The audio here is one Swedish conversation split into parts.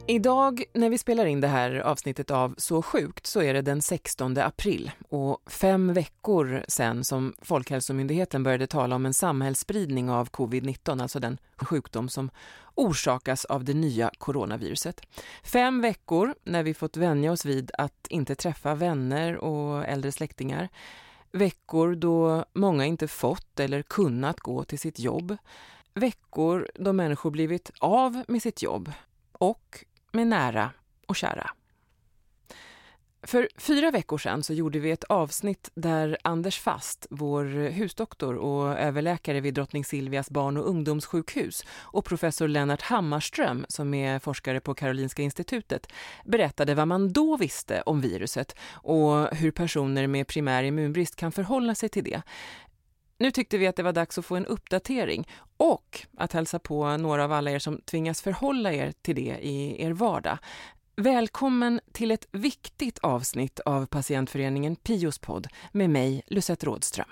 Idag när vi spelar in det här avsnittet av Så sjukt så är det den 16 april och 5 veckor sedan som Folkhälsomyndigheten började tala om en samhällsspridning av covid-19, alltså den sjukdom som orsakas av det nya coronaviruset. 5 veckor när vi fått vänja oss vid att inte träffa vänner och äldre släktingar. Veckor då många inte fått eller kunnat gå till sitt jobb. Veckor då människor blivit av med sitt jobb och med nära och kära. För 4 veckor sedan så gjorde vi ett avsnitt där Anders Fast, vår husdoktor och överläkare vid Drottning Silvias barn- och ungdomssjukhus, och professor Lennart Hammarström, som är forskare på Karolinska institutet, berättade vad man då visste om viruset och hur personer med primär immunbrist kan förhålla sig till det. Nu tyckte vi att det var dags att få en uppdatering och att hälsa på några av alla er som tvingas förhålla er till det i er vardag. Välkommen till ett viktigt avsnitt av patientföreningen Pios podd med mig, Lucette Rådström.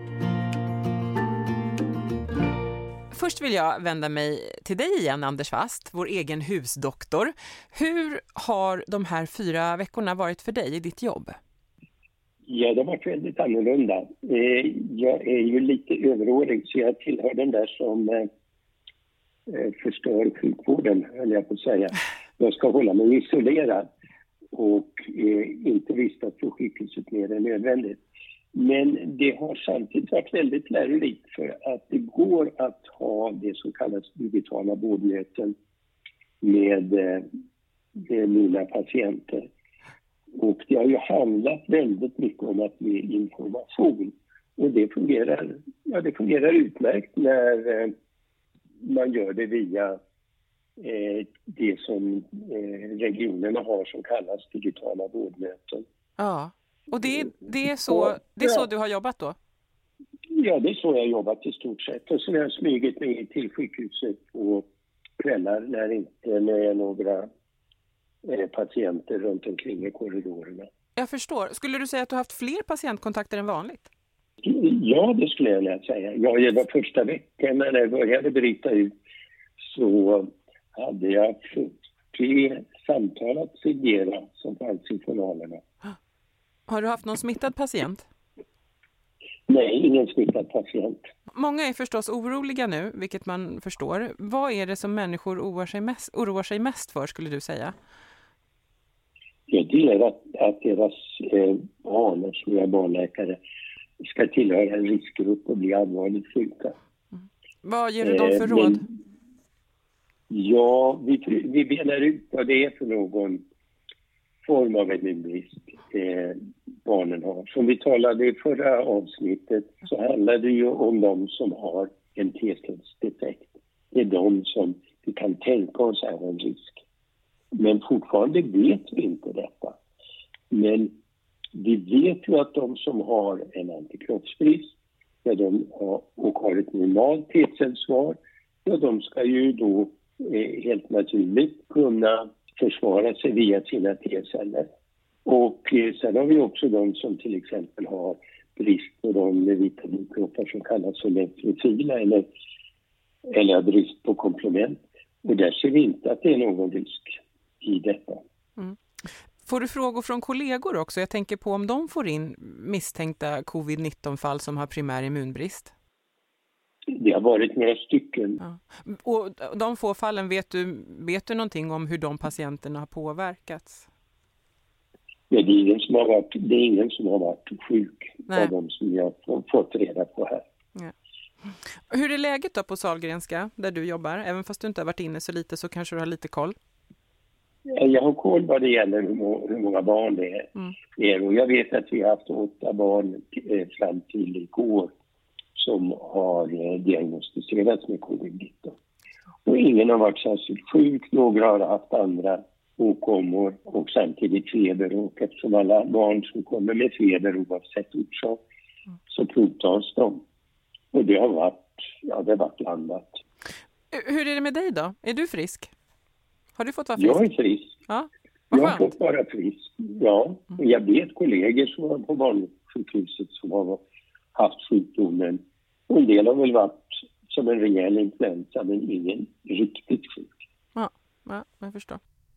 Först vill jag vända mig till dig igen, Anders Fast, vår egen husdoktor. Hur har de här 4 veckorna varit för dig i ditt jobb? Ja, det har varit väldigt annorlunda. Jag är ju lite överårig så jag tillhör den där som förstör sjukvården, höll jag på att säga. Jag ska hålla mig isolerad och inte vistas på sjukhuset mer än nödvändigt. Men det har samtidigt varit väldigt lärorikt för att det går att ha det som kallas digitala vårdmöten med mina patienter. Och det har ju handlat väldigt mycket om att ge information. Och det fungerar utmärkt när man gör det via det som regionerna har som kallas digitala vårdmöten. Ja, och det är så du har jobbat då? Ja, det är så jag har jobbat i stort sett. Och så har jag smugit mig till sjukhuset på kvällar när inte är några patienter runt omkring i korridorerna. Jag förstår. Skulle du säga att du har haft fler patientkontakter än vanligt? Ja, det skulle jag vilja säga. Det var första veckan när det började bryta ut så hade jag 40 samtal att signera som fanns i journalerna. Har du haft någon smittad patient? Nej, ingen smittad patient. Många är förstås oroliga nu, vilket man förstår. Vad är det som människor oroar sig mest för, skulle du säga? Ja, det är att deras barn, som är barnläkare, ska tillhöra en riskgrupp och bli allvarligt sjuka. Vad ger du dem för råd? Ja, vi benar ut vad det är för någon form av immunbrist barnen har. Som vi talade i förra avsnittet så handlar det ju om de som har en T-cellsdefekt. Det är de som vi kan tänka oss är en risk. Men fortfarande vet vi inte detta. Men vi vet ju att de som har en antikroppsbrist och har ett normalt T-cellsvar, de ska ju då helt naturligt kunna försvara sig via sina T-celler. Och sen har vi också de som till exempel har brist på de vitaminkroppar som kallas för leukofila eller brist på komplement. Och där ser vi inte att det är någon risk i detta. Mm. Får du frågor från kollegor också? Jag tänker på om de får in misstänkta covid-19-fall som har primär immunbrist. Det har varit några stycken. Ja. Och de få fallen, vet du någonting om hur de patienterna har påverkats? Ja, det är ingen som har varit sjuk. Nej. Av de som jag har fått reda på här. Ja. Hur är läget då på Sahlgrenska där du jobbar? Även fast du inte har varit inne så lite så kanske du har lite koll. Jag har koll vad det gäller hur många barn det är. Och jag vet att vi har haft 8 barn fram till igår som har diagnostiserats med covid-19. Och ingen har varit särskilt sjuk. Några har haft andra åkommor och samtidigt feber. Och eftersom alla barn som kommer med feber oavsett orsak så provtas de. Och det har varit blandat. Hur är det med dig då? Är du frisk? Har du fått vara frisk? Jag är frisk. Ja, jag har fått vara frisk. Ja, och jag vet kollegor som var på barnsjukhuset som har haft sjukdomen. Och en del har väl varit som en rejäl influensa men ingen riktigt sjuk. Ja, jag förstår.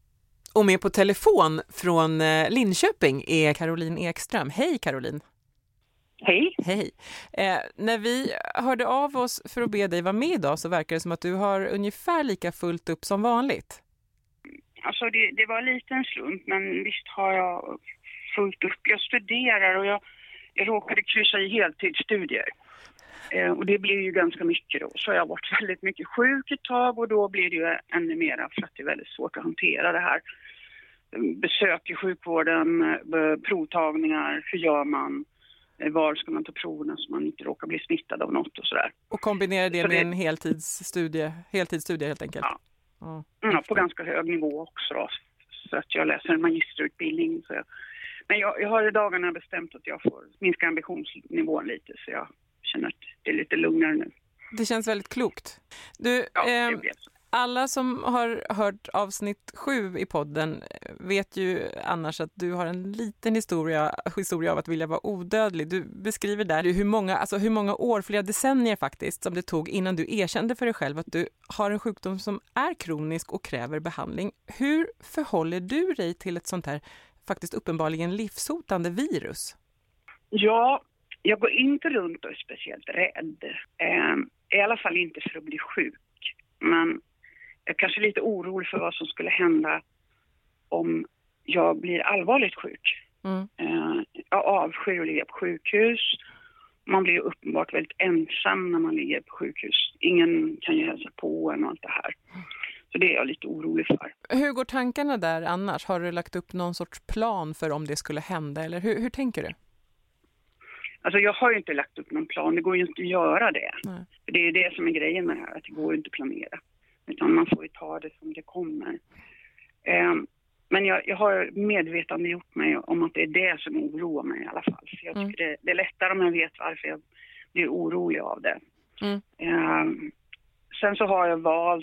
Och med på telefon från Linköping är Caroline Ekström. Hej Caroline! Hej! Hej! När vi hörde av oss för att be dig vara med idag så verkar det som att du har ungefär lika fullt upp som vanligt. Alltså det var lite en slump, men visst har jag fullt upp. Jag studerar och jag råkade kryssa i heltidsstudier. Och det blir ju ganska mycket då. Så jag har varit väldigt mycket sjuk ett tag och då blir det ju ännu mera för att det är väldigt svårt att hantera det här. Besök i sjukvården, provtagningar, hur gör man? Var ska man ta proverna så man inte råkar bli smittad av något och sådär. Och kombinera det med en heltidsstudie helt enkelt? Ja, på ganska hög nivå också då. Så att jag läser en magisterutbildning. Men jag har i dagarna bestämt att jag får minska ambitionsnivån lite så jag känner att det är lite lugnare nu. Det känns väldigt klokt. Du, alla som har hört avsnitt 7 i podden vet ju annars att du har en liten historia av att vilja vara odödlig. Du beskriver där hur många år, flera decennier faktiskt, som det tog innan du erkände för dig själv att du har en sjukdom som är kronisk och kräver behandling. Hur förhåller du dig till ett sånt här faktiskt uppenbarligen livshotande virus? Ja, jag går inte runt och är speciellt rädd. I alla fall inte för att bli sjuk. Men jag är kanske lite orolig för vad som skulle hända om jag blir allvarligt sjuk. Jag avskyr att ligga på sjukhus. Man blir uppenbart väldigt ensam när man ligger på sjukhus. Ingen kan ju hälsa på en och allt det här. Så det är jag lite orolig för. Hur går tankarna där annars? Har du lagt upp någon sorts plan för om det skulle hända? Eller hur tänker du? Alltså jag har ju inte lagt upp någon plan. Det går ju inte att göra det. Nej. Det är ju det som är grejen med det här. Att det går ju inte att planera. Utan man får ju ta det som det kommer. Men jag har medvetande gjort mig om att det är det som oroar mig i alla fall. Så jag tycker det är lättare om jag vet varför jag blir orolig av det. Sen så har jag valt...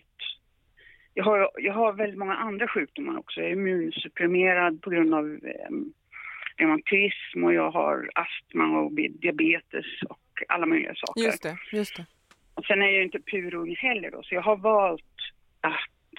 Jag har väldigt många andra sjukdomar också. Jag är immunsupprimerad på grund av reumatism och jag har astma och diabetes och alla möjliga saker. Just det. Och sen är jag inte purung heller då. Så jag har valt att,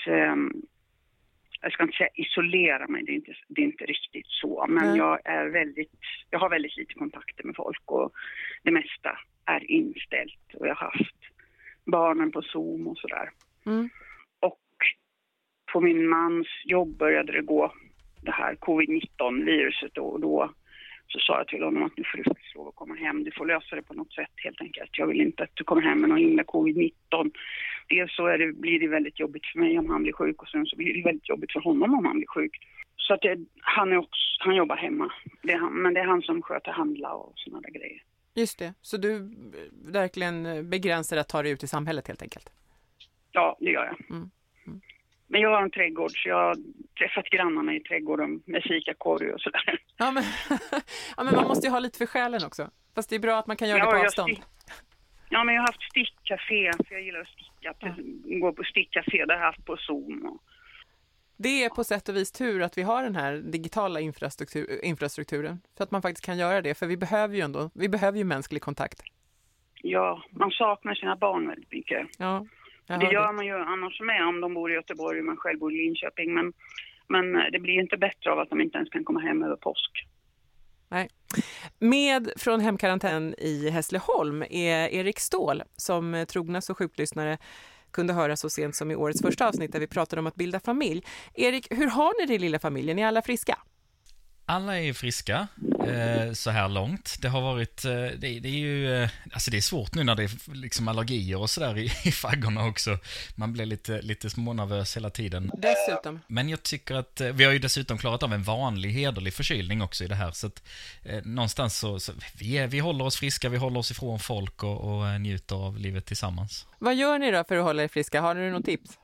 jag ska inte säga isolera mig, det är inte riktigt så. Men jag har väldigt lite kontakter med folk och det mesta är inställt. Och jag har haft barnen på Zoom och sådär. Och på min mans jobb började det gå det här covid-19-viruset och då så sa jag till honom att nu får du faktiskt lov att komma hem. Du får lösa det på något sätt helt enkelt. Jag vill inte att du kommer hem med någon himla covid-19. Dels så blir det väldigt jobbigt för mig om han blir sjuk och sen så blir det väldigt jobbigt för honom om han blir sjuk. Så att han jobbar hemma. Men det är han som sköter handla och sådana där grejer. Just det. Så du verkligen begränsar att ta dig ut i samhället helt enkelt? Ja, det gör jag. Men jag har en trädgård så jag har träffat grannarna i trädgården med fikakorg och sådär. Ja, men man måste ju ha lite för själen också. Fast det är bra att man kan göra det på avstånd. Ja, men jag har haft stickcafé för jag gillar att sticka. Gå på stickcafé, det har jag haft på Zoom. Det är på sätt och vis tur att vi har den här digitala infrastrukturen. För att man faktiskt kan göra det. För vi behöver ju mänsklig kontakt. Ja, man saknar sina barn väldigt mycket. Ja. Det gör man ju annars med om de bor i Göteborg och man själv bor i Linköping. Men det blir inte bättre av att de inte ens kan komma hem över påsk. Nej. Med från hemkarantän i Hässleholm är Erik Ståhl som trogna och sjuklyssnare kunde höra så sent som i årets första avsnitt där vi pratade om att bilda familj. Erik, hur har ni det lilla familjen? Är alla friska? Alla är friska så här långt. Det har varit, det är ju, alltså det är svårt nu när det är liksom allergier och sådär i faggorna också. Man blir lite smånervös hela tiden. Dessutom. Men jag tycker att vi har ju dessutom klarat av en vanlig hederlig förkylning också i det här. Så att någonstans så vi håller oss friska, vi håller oss ifrån folk och njuter av livet tillsammans. Vad gör ni då för att hålla er friska? Har ni någon tips?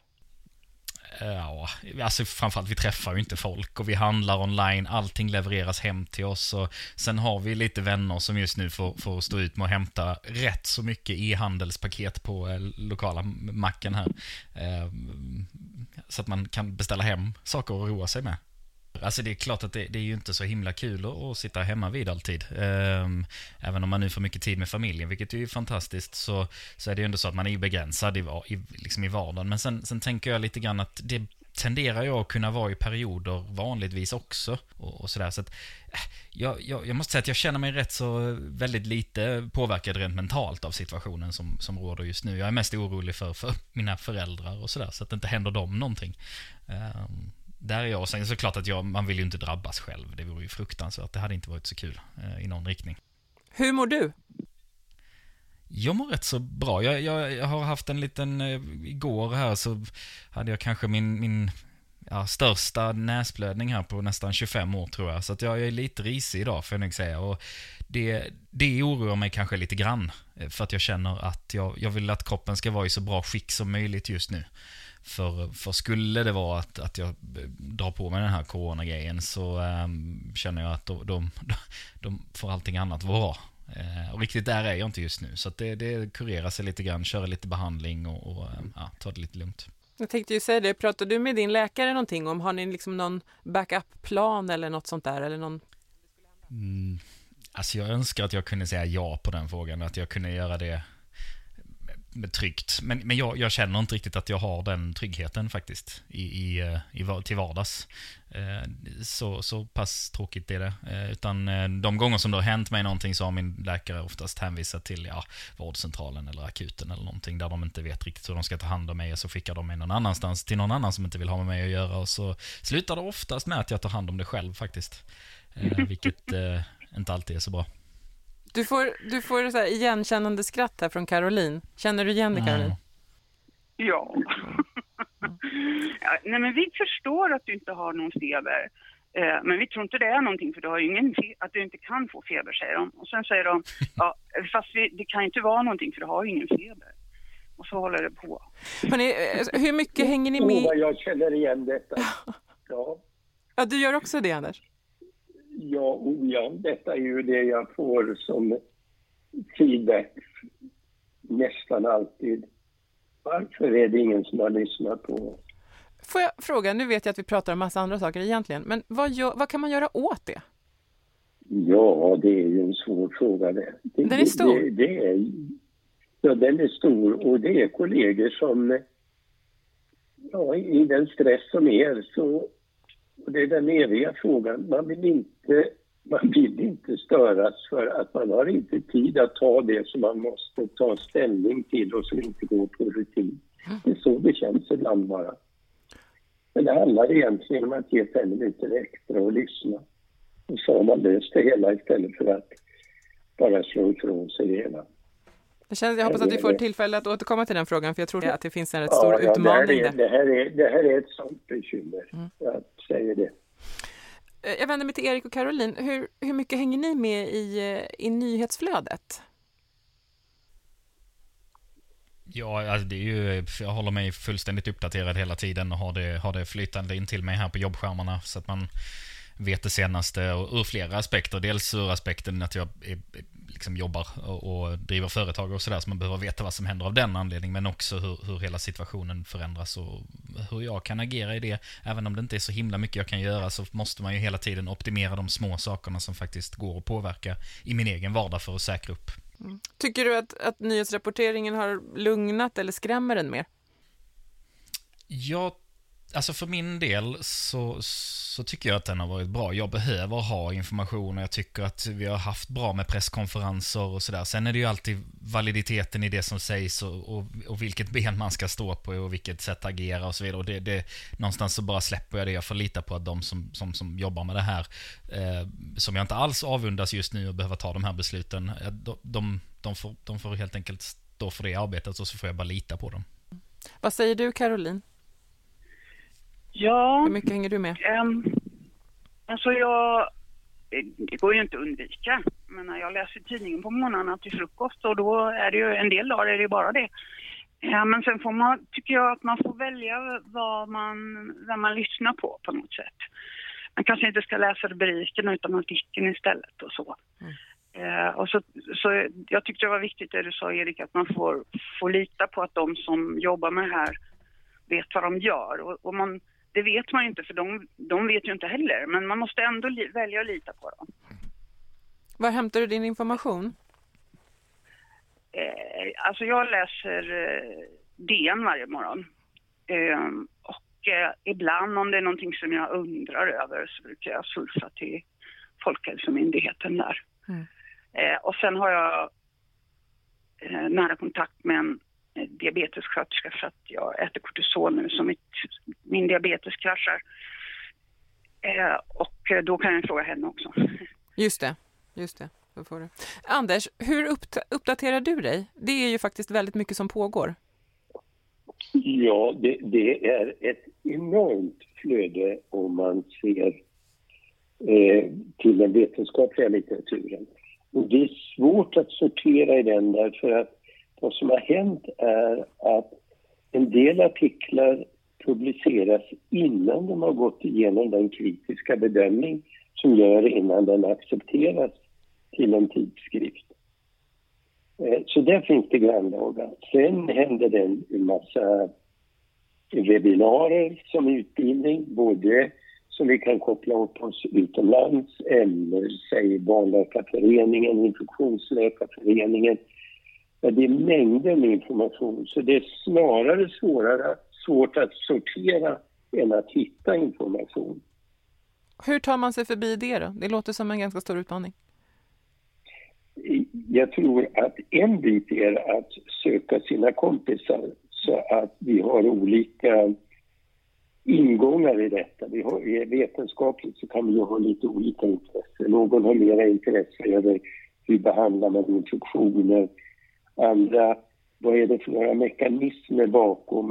Ja, alltså framförallt vi träffar ju inte folk och vi handlar online, allting levereras hem till oss och sen har vi lite vänner som just nu får stå ut med att hämta rätt så mycket e-handelspaket på lokala macken här så att man kan beställa hem saker och roa sig med. Alltså det är klart att det är ju inte så himla kul att sitta hemma vid alltid. Även om man nu får mycket tid med familjen, vilket är ju fantastiskt, så är det ju ändå så att man är begränsad liksom i vardagen. Men sen tänker jag lite grann att tenderar jag att kunna vara i perioder vanligtvis också. Och sådär. Så att jag måste säga att jag känner mig rätt så väldigt lite påverkad rent mentalt av situationen som råder just nu. Jag är mest orolig för mina föräldrar och sådär, så att det inte händer dem någonting. Där är jag. Och sen så klart att man vill ju inte drabbas själv. Det vore ju fruktansvärt. Det hade inte varit så kul i någon riktning. Hur mår du? Jag mår rätt så bra. Jag har haft en liten... Igår här så hade jag kanske min största näsblödning här på nästan 25 år, tror jag. Så att jag är lite risig idag, får jag nog säga. Och det oroar mig kanske lite grann. För att jag känner att jag vill att kroppen ska vara i så bra skick som möjligt just nu. För skulle det vara att jag drar på mig den här coronagrejen, så känner jag att de får allting annat vara. Och riktigt där är jag inte just nu. Så att det kurerar sig lite grann, köra lite behandling och ta det lite lugnt. Jag tänkte ju säga det, pratar du med din läkare någonting om, har ni liksom någon backup-plan eller något sånt där? Eller någon... Alltså jag önskar att jag kunde säga ja på den frågan, att jag kunde göra det med tryggt. Men jag känner inte riktigt att jag har den tryggheten faktiskt till vardags. Så pass tråkigt är det. Utan de gånger som det har hänt mig någonting, så har min läkare oftast hänvisat till vårdcentralen eller akuten eller någonting, där de inte vet riktigt hur de ska ta hand om mig, och så skickar de mig någon annanstans till någon annan som inte vill ha med mig att göra, och så slutar det oftast med att jag tar hand om det själv faktiskt. Vilket inte alltid är så bra. Du får så här igenkännande skratt här från Caroline. Känner du igen det, Caroline? Ja. Nej, men vi förstår att du inte har någon feber. Men vi tror inte det är någonting, för du har ju att du inte kan få feber, säger de. Och sen säger de, fast det kan inte vara någonting, för du har ju ingen feber. Och så håller det på. Hörrni, hur mycket hänger ni med? Jag känner igen detta. Ja, du gör också det, Anders? Ja, detta är ju det jag får som feedback nästan alltid. Varför är det ingen som har lyssnat på oss? Får jag fråga, nu vet jag att vi pratar om massa andra saker egentligen, men vad kan man göra åt det? Ja, det är ju en svår fråga det. Den är stor? Den är stor, och det är kollegor som i den stress som är så. Och det är den eviga frågan. Man vill inte störas, för att man har inte tid att ta det som man måste ta ställning till och som inte går på rutin. Det är så det känns ibland bara. Men det handlar egentligen om att ge 5 minuter extra och lyssna. Och så har man löst det hela istället för att bara slå ifrån sig det hela. Jag hoppas att vi får tillfälle att återkomma till den frågan, för jag tror att det finns en rätt stor utmaning där. Det här är ett sånt bekymmer. Jag säger det. Jag vänder mig till Erik och Caroline. Hur mycket hänger ni med i nyhetsflödet? Ja, alltså det är ju, jag håller mig fullständigt uppdaterad hela tiden och har det flytande in till mig här på jobbskärmarna, så att man vet det senaste, och ur flera aspekter. Dels ur aspekten att jag liksom jobbar och driver företag och sådär, så man behöver veta vad som händer av den anledningen, men också hur hela situationen förändras och hur jag kan agera i det. Även om det inte är så himla mycket jag kan göra, så måste man ju hela tiden optimera de små sakerna som faktiskt går att påverka i min egen vardag för att säkra upp. Tycker du att nyhetsrapporteringen har lugnat eller skrämmer den mer? Ja, alltså för min del så tycker jag att den har varit bra. Jag behöver ha information, och jag tycker att vi har haft bra med presskonferenser och sådär. Sen är det ju alltid validiteten i det som sägs och vilket ben man ska stå på och vilket sätt agera och så vidare. Och det någonstans så bara släpper jag det. Jag får lita på att de som jobbar med det här, som jag inte alls avundas just nu och behöver ta de här besluten, de får helt enkelt stå för det arbetet, och så får jag bara lita på dem. Vad säger du, Caroline? Ja. Hur mycket hänger du med? Alltså det går ju inte att undvika. Men när jag läser tidningen på morgonen till frukost, och då är det ju en del dagar är det bara det. Men sen tycker jag att man får välja vem man lyssnar på något sätt. Man kanske inte ska läsa rubriken utan artikeln istället och så. Och så jag tyckte det var viktigt det du sa, Erik, att man får lita på att de som jobbar med det här vet vad de gör. Och det vet man ju inte, för de vet ju inte heller. Men man måste ändå välja att lita på dem. Var hämtar du din information? Alltså jag läser DN varje morgon. Och ibland om det är någonting som jag undrar över så brukar jag surfa till Folkhälsomyndigheten där. Och sen har jag nära kontakt med en diabetessköterska för att jag äter kortison nu som min diabetes kraschar. Och då kan jag fråga henne också. Just det. Då får du. Anders, hur uppdaterar du dig? Det är ju faktiskt väldigt mycket som pågår. Ja, det är ett enormt flöde om man ser till den vetenskapliga litteraturen. Och det är svårt att sortera i den därför att vad som har hänt är att en del artiklar publiceras innan de har gått igenom den kritiska bedömning som gör innan den accepteras till en tidskrift. Så där finns det grannlaga. Sen händer det en massa webbinarier som utbildning, både som vi kan koppla upp oss utomlands eller säg Barnläkarföreningen, Infektionsläkarföreningen. Ja, det är mängder med information så det är snarare svårt att sortera än att hitta information. Hur tar man sig förbi det då? Det låter som en ganska stor utmaning. Jag tror att en bit är att söka sina kompisar så att vi har olika ingångar i detta. Vetenskapligt så kan vi ha lite olika intresse. Någon har mera intresse över hur behandlar man infektioner. Andra, vad är det för några mekanismer bakom?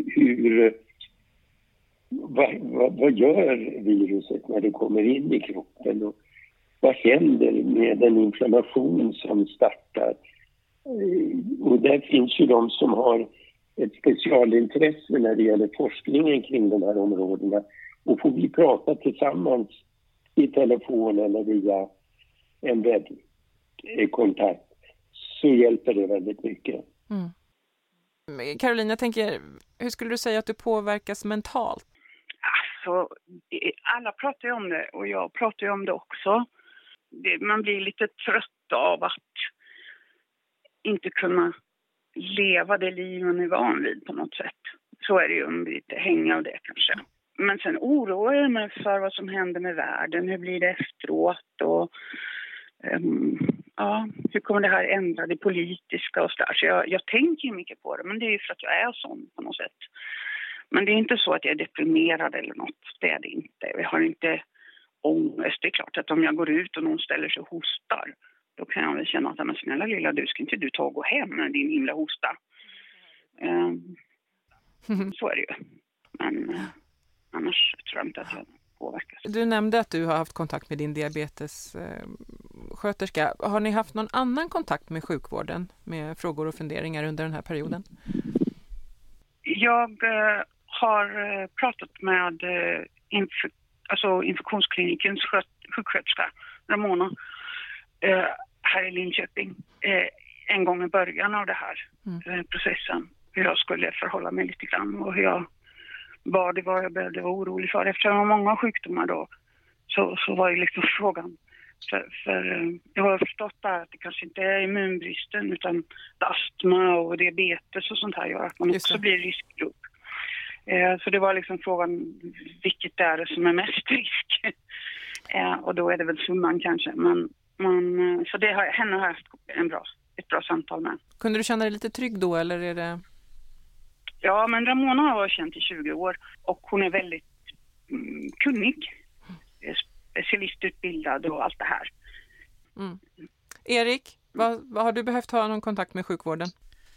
Vad gör viruset när det kommer in i kroppen? Och vad händer med den inflammation som startar? Och där finns ju de som har ett specialintresse när det gäller forskningen kring de här områdena. Och får vi prata tillsammans i telefon eller via en webbkontakt så hjälper det väldigt mycket. Caroline, jag tänker, hur skulle du säga att du påverkas mentalt? Alltså, alla pratar ju om det och jag pratar ju om det också. Man blir lite trött av att inte kunna leva det liv man är van vid på något sätt. Så är det ju, lite hänga av det kanske. Men sen oroar jag mig för vad som händer med världen. Hur blir det efteråt? Och hur kommer det här ändra det politiska och sådär. Så jag tänker ju mycket på det. Men det är ju för att jag är sån på något sätt. Men det är inte så att jag är deprimerad eller något. Det är det inte. Jag har inte ångest. Det är klart att om jag går ut och någon ställer sig och hostar. Då kan jag väl känna att men snälla lilla du, ska inte du ta och gå hem med din himla hosta. Så är det ju. Men annars tror jag inte att jag påverkas. Du nämnde att du har haft kontakt med din diabetessköterska. Har ni haft någon annan kontakt med sjukvården med frågor och funderingar under den här perioden? Jag har pratat med infektionsklinikens sjuksköterska Ramona här i Linköping en gång i början av det här processen. Hur jag skulle förhålla mig lite grann och vad det var jag behövde vara orolig för. Eftersom jag har många sjukdomar då så var ju liksom frågan. För jag har förstått att det kanske inte är immunbristen utan astma och diabetes och sånt här gör att man också blir riskgrupp. Så det var liksom frågan, vilket är det som är mest risk? Och då är det väl summan kanske. Men så det henne har jag haft ett bra samtal med. Kunde du känna dig lite trygg då eller är det? Ja, men Ramona har jag känt i 20 år och hon är väldigt kunnig, specialistutbildad och allt det här. Erik, vad har du behövt ha någon kontakt med sjukvården?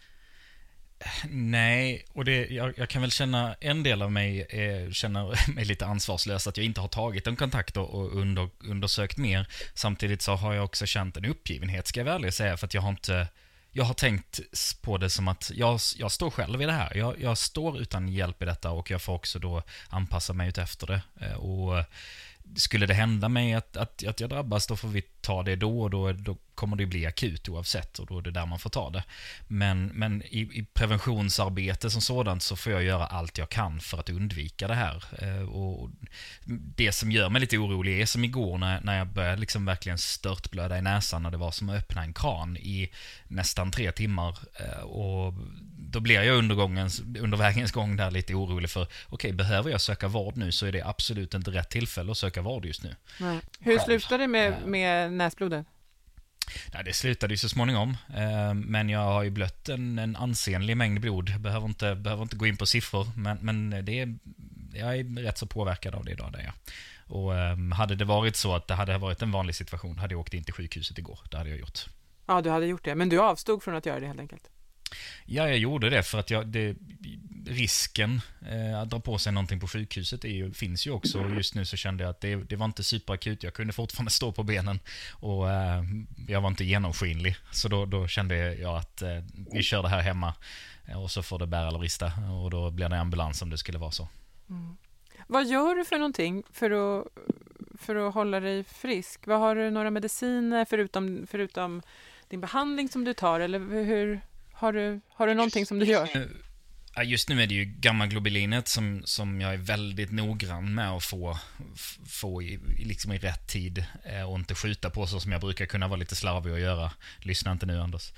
Nej, och jag kan väl känna, en del av mig känner mig lite ansvarslös att jag inte har tagit en kontakt och undersökt mer. Samtidigt så har jag också känt en uppgivenhet, ska jag väl ärligt säga, för att jag har tänkt på det som att jag står själv i det här. Jag står utan hjälp i detta och jag får också då anpassa mig ut efter det. Och skulle det hända mig att jag drabbas, då får vi ta det då och då kommer det bli akut oavsett och då är det där man får ta det. Men i preventionsarbete som sådant så får jag göra allt jag kan för att undvika det här. Och det som gör mig lite orolig är som igår när jag började liksom verkligen störtblöda i näsan när det var som att öppna en kran i nästan 3 timmar och då blir jag under vägens gång där lite orolig för okej, behöver jag söka vård nu så är det absolut inte rätt tillfälle att söka vård just nu. Nej. Hur slutade det med näsblodet? Nej, det slutade ju så småningom, men jag har ju blött en ansenlig mängd blod. Behöver inte gå in på siffror, men jag är rätt så påverkad av det idag. Där jag. Och hade det varit så att det hade varit en vanlig situation hade jag åkt in till sjukhuset igår. Det hade jag gjort. Ja, du hade gjort det. Men du avstod från att göra det helt enkelt? Ja, jag gjorde det för att risken att dra på sig någonting på sjukhuset finns ju också. Och just nu så kände jag att det var inte superakut. Jag kunde fortfarande stå på benen och jag var inte genomskinlig. Så då kände jag att vi kör det här hemma och så får det bära eller brista. Och då blir det ambulans om det skulle vara så. Mm. Vad gör du för någonting för att hålla dig frisk? Vad har du några mediciner förutom din behandling som du tar? Eller hur har du någonting som du gör? Just nu är det ju gamma-globulinet som jag är väldigt noggrann med att få i rätt tid och inte skjuta på så som jag brukar kunna vara lite slarvig att göra. Lyssna inte nu, Anders.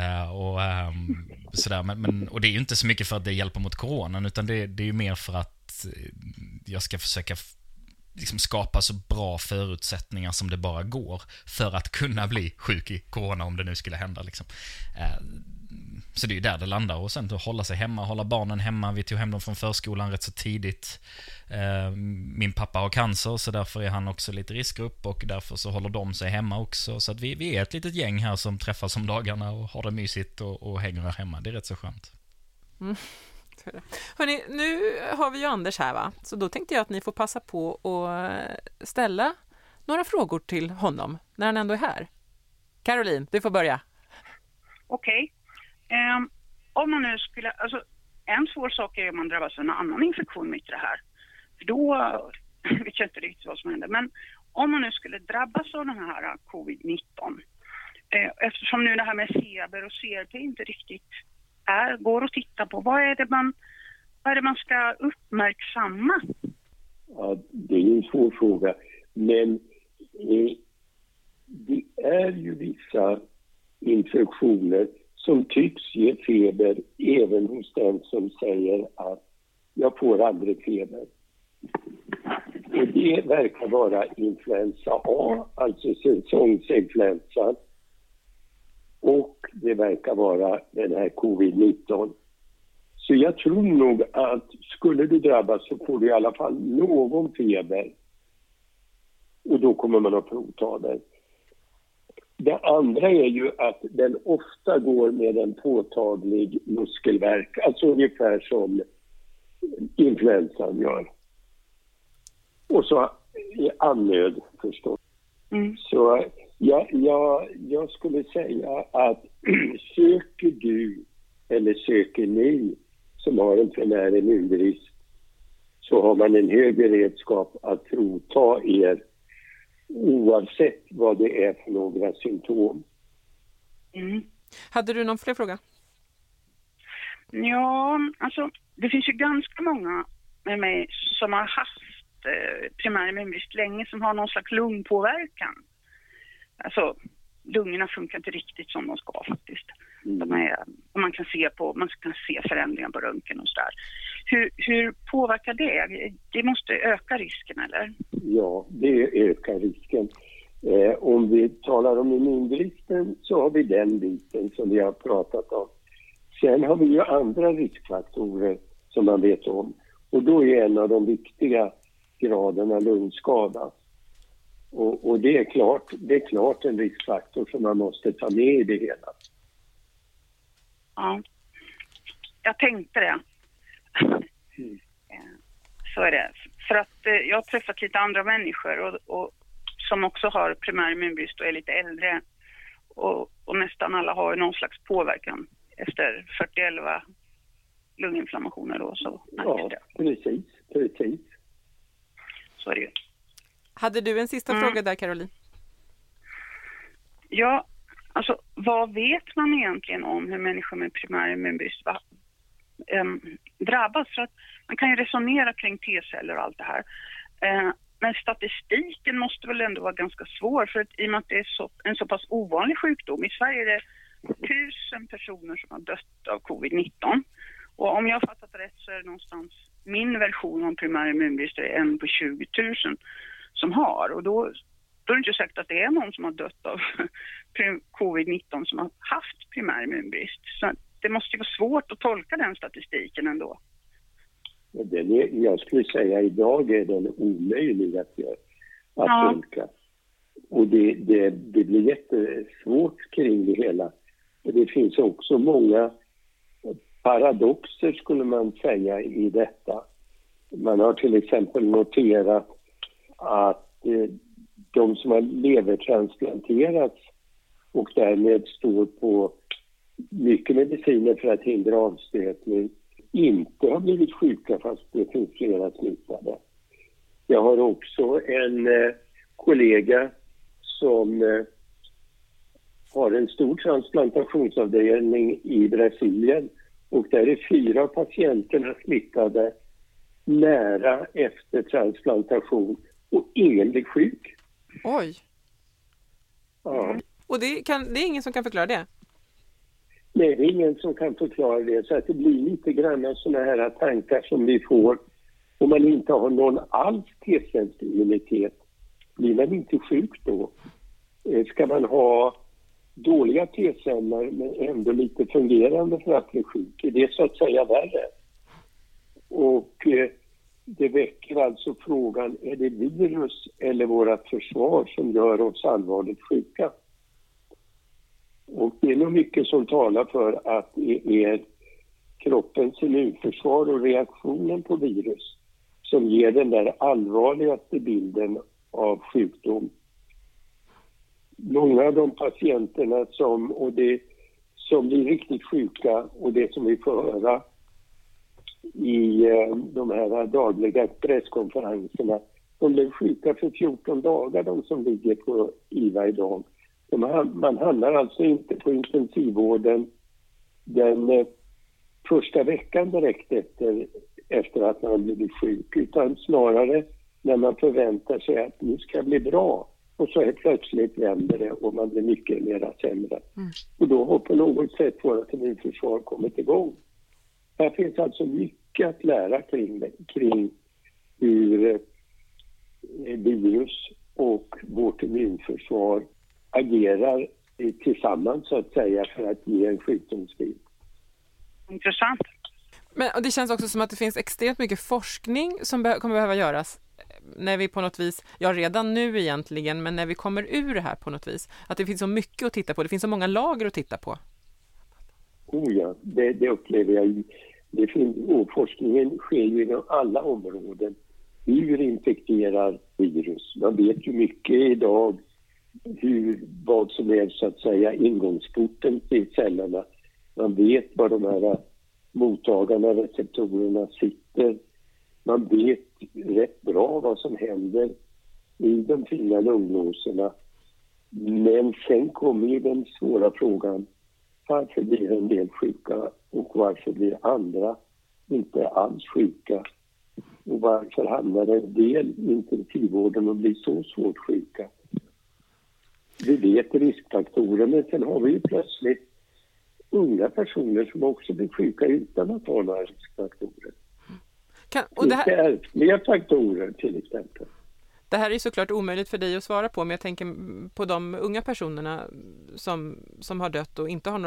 Sådär. Och det är ju inte så mycket för att det hjälper mot coronan, utan det är ju mer för att jag ska försöka skapa så bra förutsättningar som det bara går för att kunna bli sjuk i corona om det nu skulle hända. Så det är ju där det landar. Och sen att hålla sig hemma, hålla barnen hemma. Vi tog hem dem från förskolan rätt så tidigt. Min pappa har cancer, så därför är han också lite riskgrupp. Och därför så håller de sig hemma också. Så att vi är ett litet gäng här som träffas om dagarna och har det mysigt och hänger här hemma. Det är rätt så skönt. Mm. Hörrni, nu har vi ju Anders här, va? Så då tänkte jag att ni får passa på att ställa några frågor till honom när han ändå är här. Caroline, du får börja. Okej. Om man nu skulle, alltså en svår sak är om man drabbas av en annan infektion mitt i det här. För då vet jag inte riktigt vad som händer. Men om man nu skulle drabbas av den här covid-19, eftersom nu det här med feber och CRP inte riktigt går att titta på, vad är det man ska uppmärksamma? Ja, det är en svår fråga. Men det är ju vissa infektioner som tycks ge feber även hos den som säger att jag får aldrig feber. Och det verkar vara influensa A, alltså säsongsinfluensa. Och det verkar vara den här covid-19. Så jag tror nog att skulle du drabbas så får du i alla fall någon feber. Och då kommer man att provta den. Det andra är ju att den ofta går med en påtaglig muskelvärk. Alltså ungefär som influensan gör. Och så andnöd förstås. Mm. Så jag skulle säga att söker du eller söker ni som har en primär immunbrist, så har man en hög beredskap att provta er oavsett vad det är för några symptom. Mm. Hade du någon fler fråga? Ja, alltså det finns ju ganska många med mig som har haft primär immunbrist länge, som har någon slags lungpåverkan. Alltså lungorna funkar inte riktigt som de ska faktiskt. Man kan se förändringar på röntgen och sådär. Hur påverkar det? Det måste öka risken, eller? Ja, det ökar risken. Om vi talar om immunbristen så har vi den biten som vi har pratat om. Sen har vi ju andra riskfaktorer som man vet om. Och då är en av de viktiga graderna lungskada. Och det är klart en riskfaktor som man måste ta med i det hela. Ja, jag tänkte det. Så är det. För att jag har träffat lite andra människor och som också har primär immunbrist och är lite äldre. Och nästan alla har någon slags påverkan efter 40-11 lunginflammationer då. Så, ja, precis. Så är det ju. Hade du en sista fråga där, Caroline? Ja, alltså vad vet man egentligen om hur människor med primär immunbrist drabbas? För att man kan ju resonera kring T-celler och allt det här. Men statistiken måste väl ändå vara ganska svår, för att i och med att det är en så pass ovanlig sjukdom. I Sverige är det 1000 personer som har dött av covid-19. Och om jag har fattat rätt så är det någonstans min version om primär immunbrist är en på 20 000 som har. Och då är det inte säkert att det är någon som har dött av covid-19 som har haft primär immunbrist. Så det måste ju vara svårt att tolka den statistiken ändå. Jag skulle säga idag är den omöjlig att tolka. Och det blir jättesvårt kring det hela. Och det finns också många paradoxer skulle man säga i detta. Man har till exempel noterat att de som har levertransplanterats och därmed står på mycket mediciner för att hindra avstötning inte har blivit sjuka fast det finns flera smittade. Jag har också en kollega som har en stor transplantationsavdelning i Brasilien och där är 4 av patienterna smittade nära efter transplantation och ingen blir sjuk. Oj! Ja. Och det är ingen som kan förklara det? Nej, det är ingen som kan förklara det. Så att det blir lite grann sådana här tankar som vi får. Om man inte har någon alls T-cellsimmunitet, blir man inte sjuk då? Ska man ha dåliga T-celler men ändå lite fungerande för att bli sjuk? Är det så att säga värre? Och det väcker alltså frågan, är det virus eller vårt försvar som gör oss allvarligt sjuka? Och det är nog mycket som talar för att det är kroppens immunförsvar och reaktionen på virus som ger den där allvarligaste bilden av sjukdom. Många av de patienterna som blir riktigt sjuka och det som vi får höra i de här dagliga presskonferenserna, de blev sjuka för 14 dagar, de som ligger på IVA idag. Man hamnar alltså inte på intensivvården den första veckan direkt efter att man har blivit sjuk, utan snarare när man förväntar sig att nu ska bli bra och så helt plötsligt vänder det och man blir mycket mer sämre. Och då har på något sätt vårt immunförsvar kommit igång. Här finns alltså mycket att lära kring hur virus och vårt immunförsvar agerar tillsammans så att säga för att ge en sjukdomsbild. Intressant. Och det känns också som att det finns extremt mycket forskning som kommer behöva göras när vi på något vis, redan nu egentligen, men när vi kommer ur det här på något vis. Att det finns så mycket att titta på, det finns så många lager att titta på. Ja, det upplever jag. Och forskningen sker ju inom alla områden. Hur infekterar virus? Man vet ju mycket idag vad som är så att säga ingångsporten till cellerna. Man vet var de här mottagarna, receptorerna sitter. Man vet rätt bra vad som händer i de fina lungnoserna. Men sen kommer ju den svåra frågan, varför blir en del sjuka och varför blir andra inte alls sjuka? Och varför hamnar en del i intensivvården och blir så svårt sjuka? Vi vet riskfaktorer, men sen har vi ju plötsligt unga personer som också blir sjuka utan att ha några riskfaktorer. Och det här ärftliga faktorer till exempel. Det här är såklart omöjligt för dig att svara på, men jag tänker på de unga personerna som har dött och inte har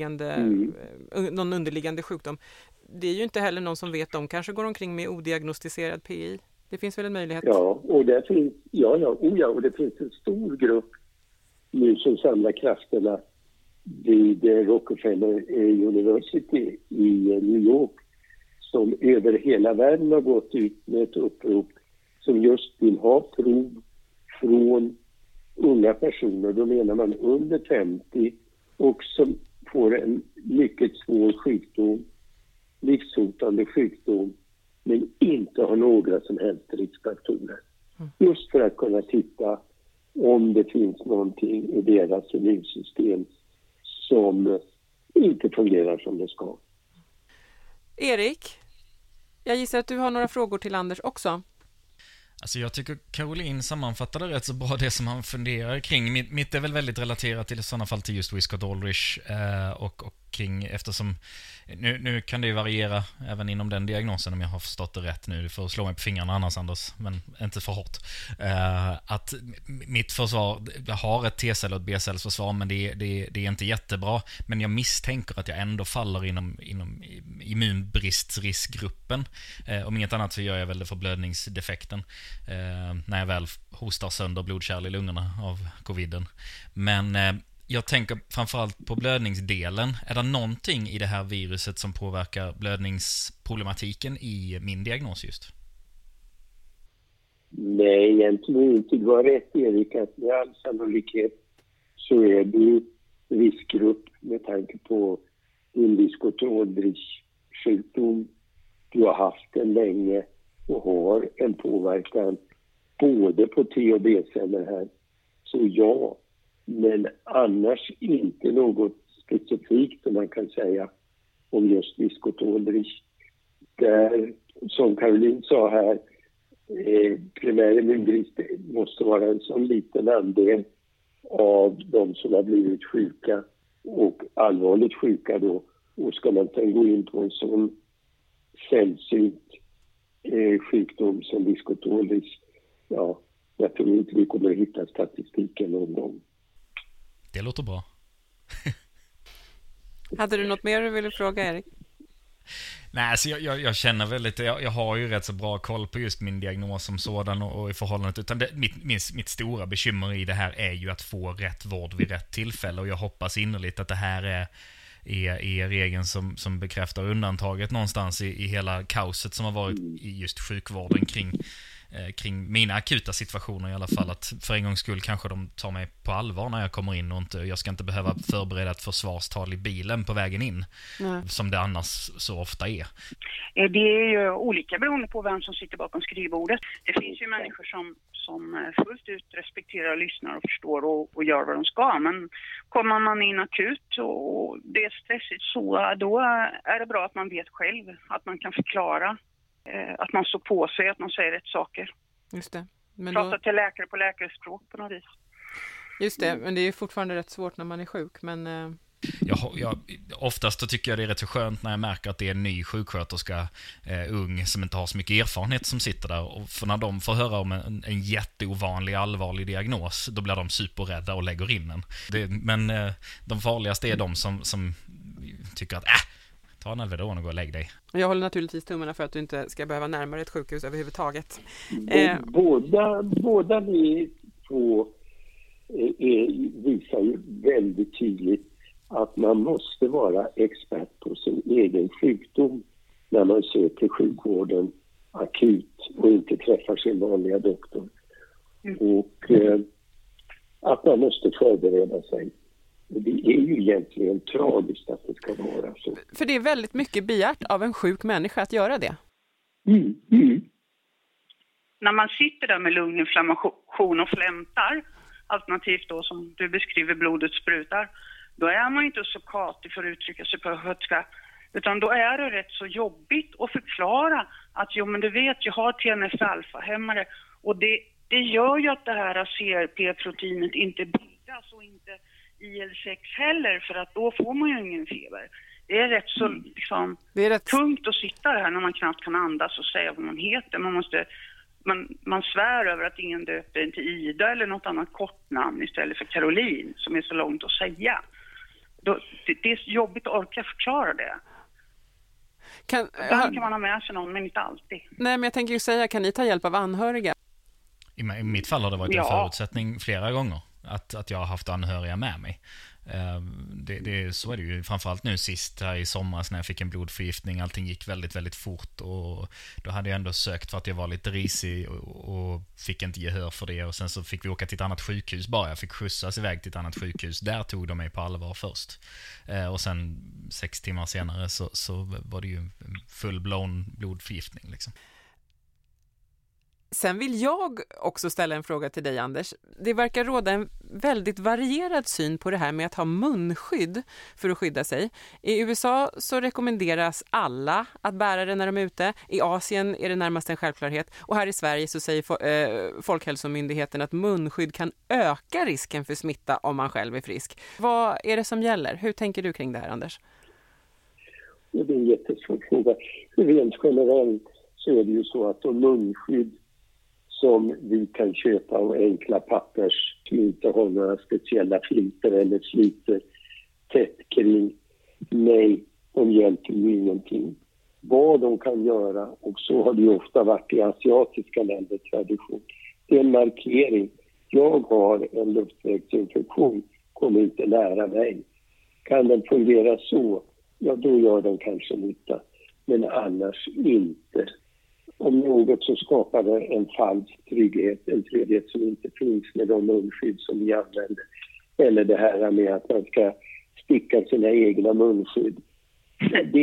någon underliggande sjukdom. Det är ju inte heller någon som vet om. Kanske går omkring med odiagnostiserad PI. Det finns väl en möjlighet? Ja, och det finns, och det finns en stor grupp nu som samlar krafterna vid Rockefeller University i New York som över hela världen har gått ut med ett upprop som just vill ha prov från unga personer, då menar man under 50 och som får en mycket svår sjukdom, livshotande sjukdom, men inte har några som helst riskfaktorer. Just för att kunna titta om det finns någonting i deras immunsystem som inte fungerar som det ska. Erik, jag gissar att du har några frågor till Anders också. Alltså jag tycker Caroline sammanfattade rätt så bra det som han funderar kring. Mitt är väl väldigt relaterat till i sådana fall till just Wiskott Aldrich och kring, eftersom nu kan det ju variera även inom den diagnosen om jag har förstått det rätt nu. Du får slå mig på fingrarna annars, Anders, men inte för hårt. Att mitt försvar, jag har ett T-cell och ett B-cellsförsvar, men det är inte jättebra. Men jag misstänker att jag ändå faller inom immunbristriskgruppen. Om inget annat så gör jag väl det för blödningsdefekten. När jag väl hostar sönder blodkärl i lungorna av coviden. Men jag tänker framförallt på blödningsdelen. Är det någonting i det här viruset som påverkar blödningsproblematiken i min diagnos just? Nej, egentligen inte. Du har rätt, Erik, att med all sannolikhet så är du riskgrupp med tanke på din Wiskott Aldrich sjukdom. Du har haft den länge och har en påverkan både på T- och B-celler här. Så ja, men annars inte något specifikt som man kan säga om just Wiskott Aldrich. Där, som Caroline sa här, primär immunbrist måste vara en sån liten andel av de som har blivit sjuka och allvarligt sjuka då. Och ska man sen gå in på en sån sällsynt sjukdom som Wiskott Aldrich, ja, jag tror inte vi kommer att hitta statistiken någon gång. Det låter bra. Hade du något mer du ville fråga, Erik? Nej, alltså jag känner väl lite, jag har ju rätt så bra koll på just min diagnos som sådan och i förhållandet, utan mitt stora bekymmer i det här är ju att få rätt vård vid rätt tillfälle, och jag hoppas innerligt att det här är regeln som bekräftar undantaget någonstans i hela kaoset som har varit i just sjukvården kring mina akuta situationer i alla fall, att för en gångs skull kanske de tar mig på allvar när jag kommer in och jag ska inte behöva förbereda ett försvarstal i bilen på vägen in. Nej. Som det annars så ofta är. Det är ju olika beroende på vem som sitter bakom skrivbordet. Det finns ju människor som fullt ut respekterar, lyssnar och förstår och gör vad de ska, men kommer man in akut och det är stressigt, så då är det bra att man vet själv, att man kan förklara, att man står på sig, att man säger rätt saker. Just det. Men prata till läkare på läkarspråk på något vis. Just det, men det är fortfarande rätt svårt när man är sjuk, men... Oftast då tycker jag det är rätt så skönt när jag märker att det är en ny sjuksköterska, ung, som inte har så mycket erfarenhet som sitter där. Och för när de får höra om en jätteovanlig, allvarlig diagnos, då blir de superrädda och lägger in den. Men de farligaste är de som tycker att ta en Alvedon och gå och lägg dig. Jag håller naturligtvis tummarna för att du inte ska behöva närmare ett sjukhus överhuvudtaget. Båda ni två visar ju väldigt tydligt att man måste vara expert på sin egen sjukdom när man söker sjukvården akut och inte träffar sin vanliga doktor. Och att man måste förbereda sig. Och det är ju egentligen tragiskt att det ska vara så. För det är väldigt mycket begärt av en sjuk människa att göra det. När man sitter där med lunginflammation och flämtar, alternativt då som du beskriver blodet sprutar, då är man inte så katig för att uttrycka sig på högska, utan då är det rätt så jobbigt att förklara att jo, men du vet, jag har TNF-alfa-hämmare, och det gör ju att det här CRP-proteinet inte bildas och inte IL-6 heller, för att då får man ju ingen feber. Det är rätt så liksom, tungt att sitta här när man knappt kan andas och säga vad man heter. Man svär över att ingen döper en till Ida eller något annat kortnamn istället för Caroline, som är så långt att säga. Det är jobbigt att orka förklara det. Ibland kan man ha med sig någon, men inte alltid. Nej, men jag tänker ju säga, kan ni ta hjälp av anhöriga? I mitt fall har det varit en förutsättning flera gånger att jag har haft anhöriga med mig. Så är det ju framförallt nu sist här i somras när jag fick en blodförgiftning. Allting gick väldigt, väldigt fort, och då hade jag ändå sökt för att jag var lite risig och fick inte gehör för det, och sen så fick vi åka till ett annat sjukhus bara. Jag fick skjutsas iväg till ett annat sjukhus. Där tog de mig på allvar först. Och sen 6 timmar senare så var det ju en full-blown blodförgiftning liksom. Sen vill jag också ställa en fråga till dig, Anders. Det verkar råda en väldigt varierad syn på det här med att ha munskydd för att skydda sig. I USA så rekommenderas alla att bära det när de är ute. I Asien är det närmast en självklarhet. Och här i Sverige så säger Folkhälsomyndigheten att munskydd kan öka risken för smitta om man själv är frisk. Vad är det som gäller? Hur tänker du kring det här, Anders? Det är en jättesvår fråga. Rent generellt så är det ju så att de munskydd som vi kan köpa av enkla pappers som inte har några speciella filter eller sliter tätt kring, nej, de hjälper ju ingenting. Vad de kan göra, och så har det ju ofta varit i asiatiska länder tradition, det är en markering. Jag har en luftvägsinfektion, kommer inte nära mig. Kan den fungera så, ja då gör den kanske nytta, men annars inte. Om något så skapar det en falsk trygghet, en trygghet som inte finns med de munskydd som vi använder. Eller det här med att man ska sticka sina egna munskydd. Det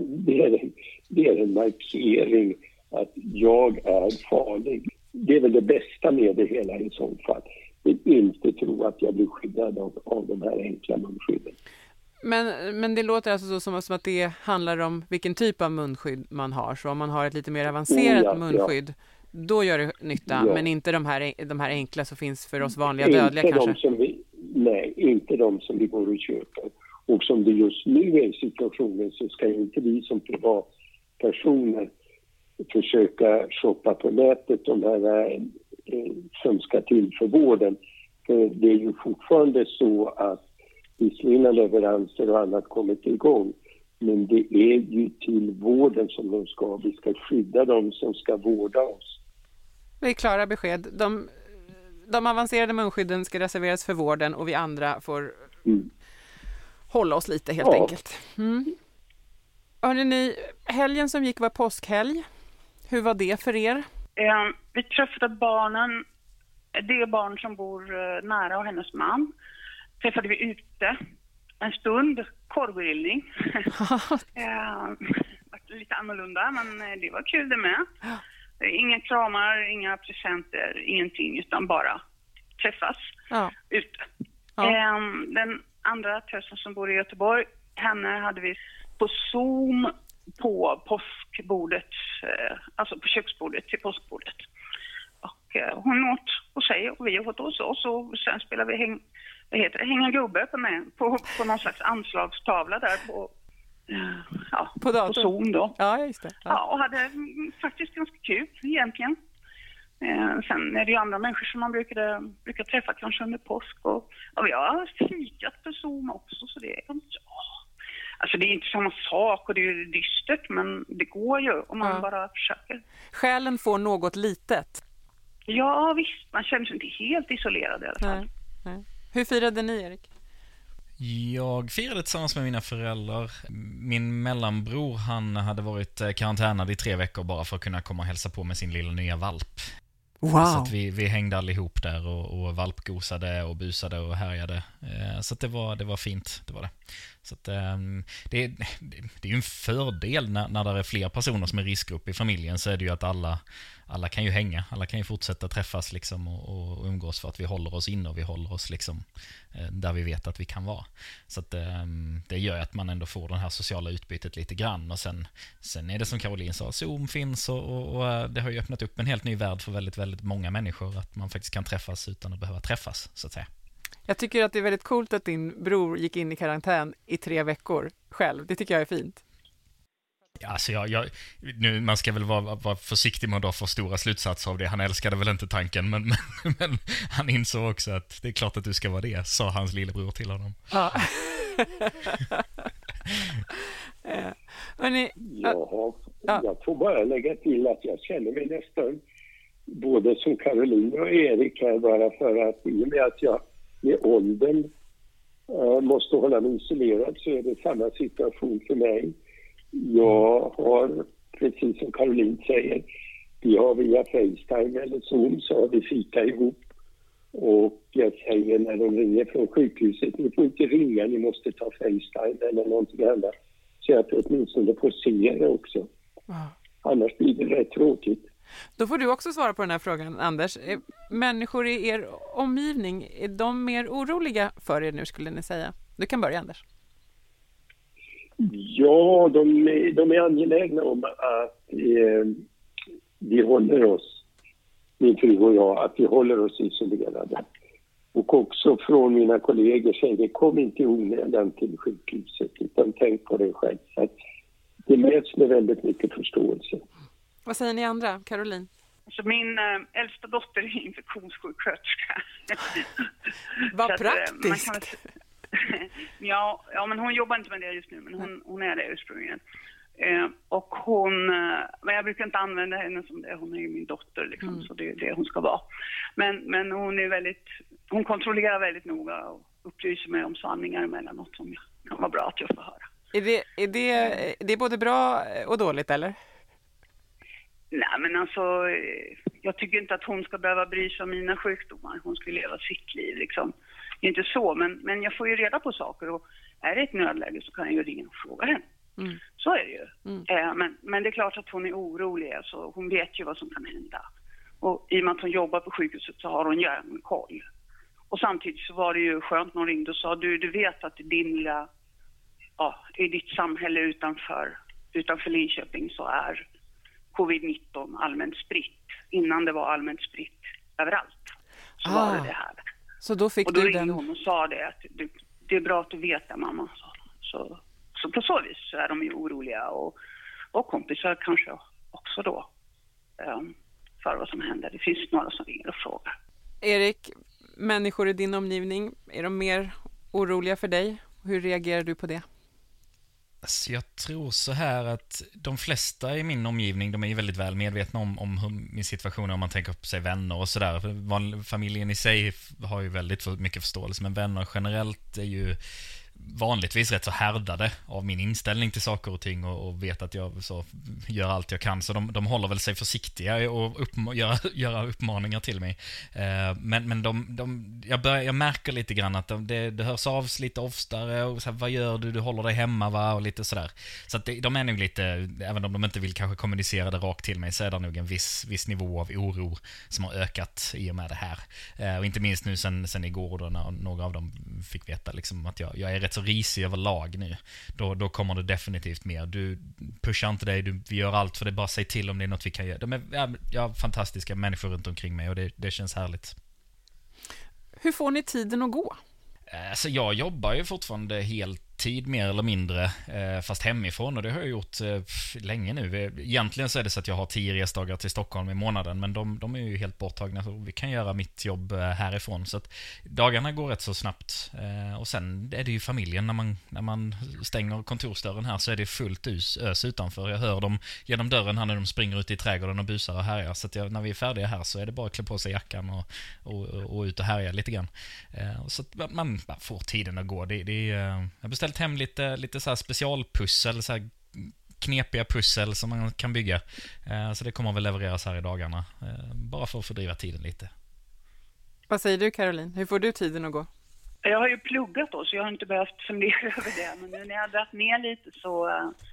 är en markering att jag är farlig. Det är väl det bästa med det hela i så fall. Jag vill inte tro att jag blir skyddad av de här enkla munskydden. Men det låter alltså som att det handlar om vilken typ av munskydd man har. Så om man har ett lite mer avancerat munskydd, då gör det nytta. Ja. Men inte de här enkla som finns för oss vanliga dödliga inte kanske? Nej, inte de som vi går och köper. Och som det just nu är i situationen så ska inte vi som privatpersoner försöka shoppa på nätet de här som ska till för vården. För det är ju fortfarande så att visserligen leveranser och annat kommit igång. Men det är ju till vården som de ska. Vi ska skydda dem som ska vårda oss. Det är klara besked. De avancerade munskydden ska reserveras för vården och vi andra får hålla oss lite helt enkelt. Hörrni, ni, helgen som gick var påskhelg. Hur var det för er? Vi träffade barnen. Det är barn som bor nära och hennes man. Träffade vi ute en stund, korvgrillning. Lite annorlunda, men det var kul det med. Inga kramar, inga presenter, ingenting, utan bara träffas ute. Ja. Den andra tösen som bor i Göteborg, henne hade vi på Zoom på påskbordet, alltså på köksbordet till påskbordet. Och hon åt hos sig och vi åt hos oss och sen spelade vi hänga gubbe på någon slags anslagstavla där på Zoom då. Ja, just det. Ja, och hade faktiskt ganska kul egentligen. Sen är det ju andra människor som man brukar träffa kanske under påsk och vi har fikat på Zoom också så det är alltså det är inte samma sak och det är dystert men det går ju om man bara försöker. Själen får något litet. Ja visst, man känner sig inte helt isolerad i alla fall. Nej. Hur firade ni, Erik? Jag firade tillsammans med mina föräldrar. Min mellanbror, han hade varit karantänad i 3 veckor bara för att kunna komma och hälsa på med sin lilla nya valp. Wow. Så att vi hängde allihop där och valpgosade och busade och härjade. Så att det var fint, det var det. Så att, det är ju en fördel när det är fler personer som är riskgrupp i familjen, så är det ju att alla kan ju hänga, alla kan ju fortsätta träffas liksom och umgås för att vi håller oss inne och vi håller oss liksom där vi vet att vi kan vara. Så att det gör att man ändå får det här sociala utbytet lite grann och sen är det som Caroline sa, Zoom finns och det har ju öppnat upp en helt ny värld för väldigt, väldigt många människor att man faktiskt kan träffas utan att behöva träffas, så att säga. Jag tycker att det är väldigt coolt att din bror gick in i karantän i 3 veckor själv. Det tycker jag är fint. Alltså nu, man ska väl vara försiktig med att dra för stora slutsatser av det. Han älskade väl inte tanken, men han insåg också att det är klart att du ska vara det, sa hans lillebror till honom. Ja. Jag får bara lägga till att jag känner mig nästan både som Caroline och Erik här, bara för att i och med att jag med åldern måste hålla mig isolerad så är det samma situation för mig. Jag har, precis som Caroline säger, vi har via FaceTime eller Zoom så har vi fika ihop och jag säger när de ringer från sjukhuset, ni får inte ringa, ni måste ta FaceTime eller någonting annat så att åtminstone får se det också. Annars blir det rätt tråkigt. Då får du också svara på den här frågan, Anders. Människor i er omgivning, är de mer oroliga för er nu, skulle ni säga? Du kan börja, Anders. Ja, de är angelägna om att vi håller oss, min fru och jag, att vi håller oss isolerade. Och också från mina kollegor säger det, kom inte onödan till sjukhuset utan tänk på dig själv. Så att det möts med väldigt mycket förståelse. Vad säger ni andra, Caroline? Så min äldsta dotter är infektionssjuksköterska. Vad praktiskt! Ja, men hon jobbar inte med det just nu, men hon är det ursprungligen. Och men jag brukar inte använda henne som det. Hon är ju min dotter liksom, så det är det hon ska vara. Men hon är hon kontrollerar väldigt noga och upplyser mig om sanningar emellanåt som kan vara bra att jag får höra. Är det både bra och dåligt, eller? Nej, men alltså, jag tycker inte att hon ska behöva bry sig om mina sjukdomar. Hon ska leva sitt liv liksom. Det är inte så, men jag får ju reda på saker, och är det ett nödläge så kan jag ju ringa och fråga henne. Så är det ju. Men det är klart att hon är orolig, så hon vet ju vad som kan hända. Och i och med att hon jobbar på sjukhuset så har hon järnkoll. Och samtidigt så var det ju skönt när hon ringde och sa, du vet att i ditt samhälle utanför Linköping så är covid-19 allmänt spritt. Innan det var allmänt spritt överallt så var det här. Så då fick och då du ringde hon och sa det, att det är bra att du vet det, mamma. Så på så vis så är de ju oroliga, och kompisar kanske också då för vad som händer. Det finns några som ringer och frågar. Erik, människor i din omgivning, är de mer oroliga för dig? Hur reagerar du på det? Alltså jag tror så här att de flesta i min omgivning, de är ju väldigt väl medvetna om hur min situation är, om man tänker på sig vänner och sådär. Familjen i sig har ju väldigt mycket förståelse, men vänner generellt är ju vanligtvis rätt så härdade av min inställning till saker och ting, och vet att jag så gör allt jag kan, så de håller väl sig försiktiga och göra uppmaningar till mig. Men jag märker lite grann att det hörs av lite oftare, och så här, vad gör du håller dig hemma, va? Och lite sådär. Så att de är nog lite, även om de inte vill kanske kommunicera det rakt till mig, så är det nog en viss nivå av oro som har ökat i och med det här. Och inte minst nu sen igår då, när några av dem fick veta liksom att jag är rätt så risig överlag nu. Då kommer det definitivt mer. Du pushar inte dig, vi gör allt för det, bara säg till om det är något vi kan göra. De är fantastiska människor runt omkring mig, och det känns härligt. Hur får ni tiden att gå? Alltså jag jobbar ju fortfarande heltid mer eller mindre, fast hemifrån, och det har jag gjort länge nu. Egentligen så är det så att jag har 10 resdagar till Stockholm i månaden, men de är ju helt borttagna, så vi kan göra mitt jobb härifrån, så att dagarna går rätt så snabbt. Och sen är det ju familjen, när man stänger kontorsdörren här, så är det fullt ös utanför. Jag hör dem genom dörren här när de springer ut i trädgården och busar och härjar, så att när vi är färdiga här så är det bara att klä på sig jackan och ut och härja lite grann. Så att man får tiden att gå. Jag har beställt hem lite så här specialpussel, så här knepiga pussel som man kan bygga. Så det kommer väl levereras här i dagarna, bara för att fördriva tiden lite. Vad säger du, Caroline? Hur får du tiden att gå? Jag har ju pluggat då, så jag har inte behövt fundera över det. Men nu när jag har dragit ner lite så...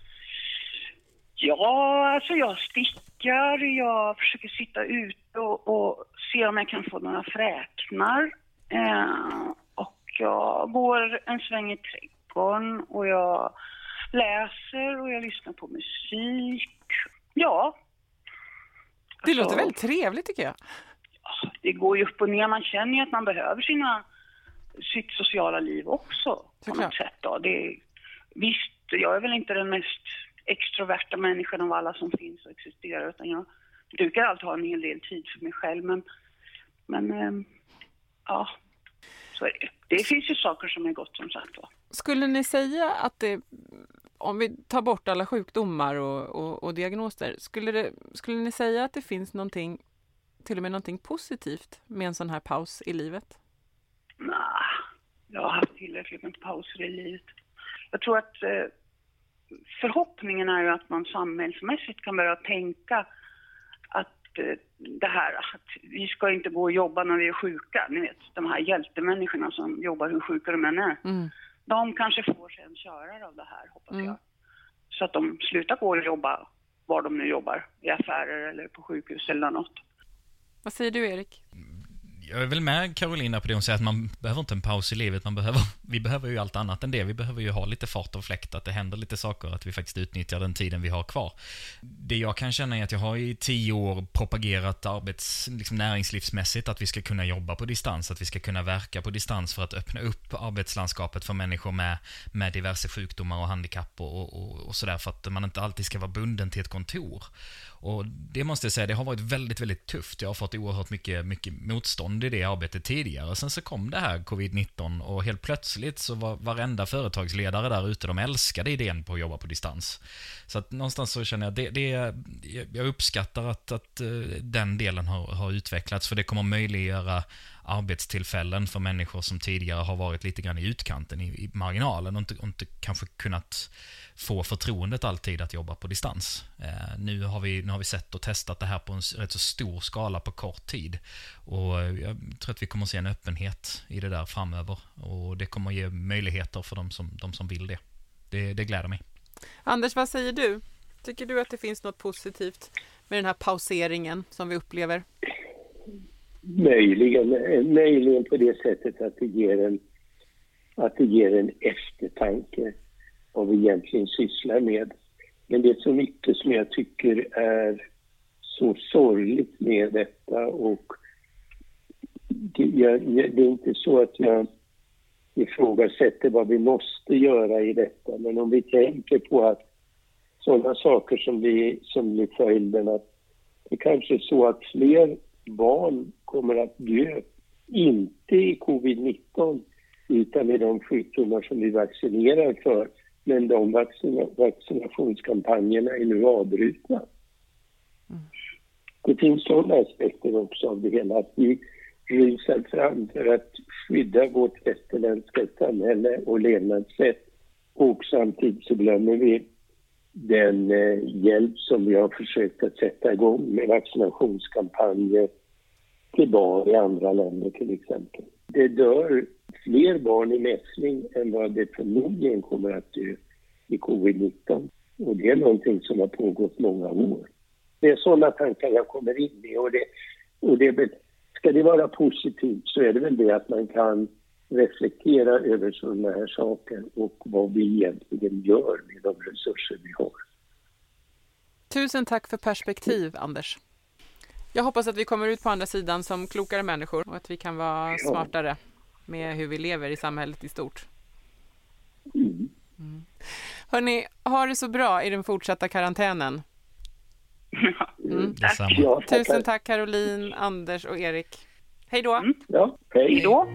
alltså jag stickar, jag försöker sitta ute och se om jag kan få några fräknar. Och jag går en sväng i trädgården, och jag läser och jag lyssnar på musik. Ja. Det låter väldigt trevligt, tycker jag. Det går ju upp och ner. Man känner ju att man behöver sitt sociala liv också. På något sätt då. Visst, jag är väl inte den mest extroverta människan av alla som finns och existerar, utan jag brukar alltid ha en hel del tid för mig själv. Men ja, så är det. Det finns ju saker som är gott, som sagt då. Skulle ni säga att om vi tar bort alla sjukdomar och diagnoser, skulle ni säga att det finns någonting, till och med någonting positivt med en sån här paus i livet? Nej, jag har haft tillräckligt med pauser i livet. Jag tror att förhoppningen är ju att man samhällsmässigt kan börja tänka att det här att vi ska inte gå och jobba när vi är sjuka. Ni vet, de här hjältemänniskorna som jobbar hur sjuka de än är. De kanske får sig en körare av det här, hoppas jag. Så att de slutar gå och jobba var de nu jobbar, i affärer eller på sjukhus eller något. Vad säger du, Erik? Jag är väl med Carolina på det hon säger, att man behöver inte en paus i livet. Vi behöver ju allt annat än det. Vi behöver ju ha lite fart och fläkt, att det händer lite saker, att vi faktiskt utnyttjar den tiden vi har kvar. Det jag kan känna är att jag har i 10 år propagerat näringslivsmässigt att vi ska kunna jobba på distans, att vi ska kunna verka på distans för att öppna upp arbetslandskapet för människor med diverse sjukdomar och handikapp och sådär, för att man inte alltid ska vara bunden till ett kontor. Och det måste jag säga, det har varit väldigt, väldigt tufft. Jag har fått oerhört mycket motstånd i det arbetet tidigare. Sen så kom det här covid-19 och helt plötsligt så var varenda företagsledare där ute, de älskade idén på att jobba på distans. Så att någonstans så känner jag jag uppskattar att den delen har utvecklats, för det kommer möjliggöra arbetstillfällen för människor som tidigare har varit lite grann i utkanten, i marginalen och inte kanske kunnat få förtroendet alltid att jobba på distans. Nu har vi sett och testat det här på en rätt så stor skala på kort tid, och jag tror att vi kommer att se en öppenhet i det där framöver, och det kommer att ge möjligheter för de som vill det. Det gläder mig. Anders, vad säger du? Tycker du att det finns något positivt med den här pauseringen som vi upplever? Möjligen på det sättet att det ger en eftertanke vad vi egentligen sysslar med. Men det är så mycket som jag tycker är så sorgligt med detta, och det är inte så att jag ifrågasätter vad vi måste göra i detta, men om vi tänker på att sådana saker som blir följden, att det kanske är så att fler barn kommer att dö, inte i covid-19 utan i de sjukdomar som vi vaccinerar för, men de vaccinationskampanjerna är nu avbrutna. Det finns sådana aspekter också av det hela, att vi rusar fram för att skydda vårt västerländska samhälle och levnadssätt, och samtidigt så glömmer vi den hjälp som vi har försökt att sätta igång med vaccinationskampanjer till barn i andra länder till exempel. Det dör fler barn i mässling än vad det förmodligen kommer att dö i covid-19. Och det är någonting som har pågått många år. Det är sådana tankar jag kommer in i, och ska det vara positivt så är det väl det att man kan reflektera över sådana här saker och vad vi egentligen gör med de resurser vi har. Tusen tack för perspektiv, Anders. Jag hoppas att vi kommer ut på andra sidan som klokare människor och att vi kan vara smartare med hur vi lever i samhället i stort. Hörrni, ha det så bra i den fortsatta karantänen. Tack. Ja, Tusen tack Caroline, Anders och Erik. Hej då. Ja, hej då.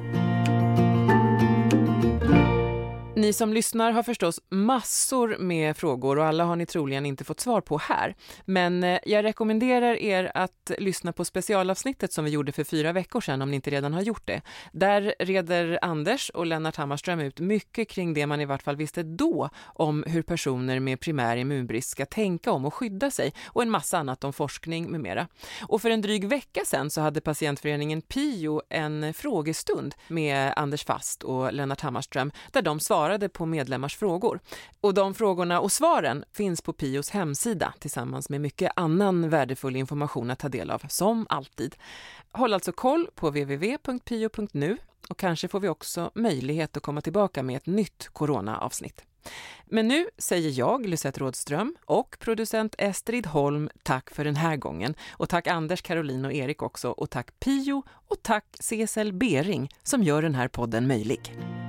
Ni som lyssnar har förstås massor med frågor och alla har ni troligen inte fått svar på här. Men jag rekommenderar er att lyssna på specialavsnittet som vi gjorde för 4 veckor sedan om ni inte redan har gjort det. Där reder Anders och Lennart Hammarström ut mycket kring det man i vart fall visste då om hur personer med primär immunbrist ska tänka om och skydda sig, och en massa annat om forskning med mera. Och för en dryg vecka sedan så hade patientföreningen PIO en frågestund med Anders Fast och Lennart Hammarström där de svarade på medlemmars frågor. Och de frågorna och svaren finns på PIOs hemsida tillsammans med mycket annan värdefull information att ta del av, som alltid. Håll alltså koll på www.pio.nu och kanske får vi också möjlighet att komma tillbaka med ett nytt corona-avsnitt. Men nu säger jag, Lucette Rådström, och producent Estrid Holm tack för den här gången. Och tack Anders, Caroline och Erik också. Och tack Pio och tack Cecil Bering som gör den här podden möjlig.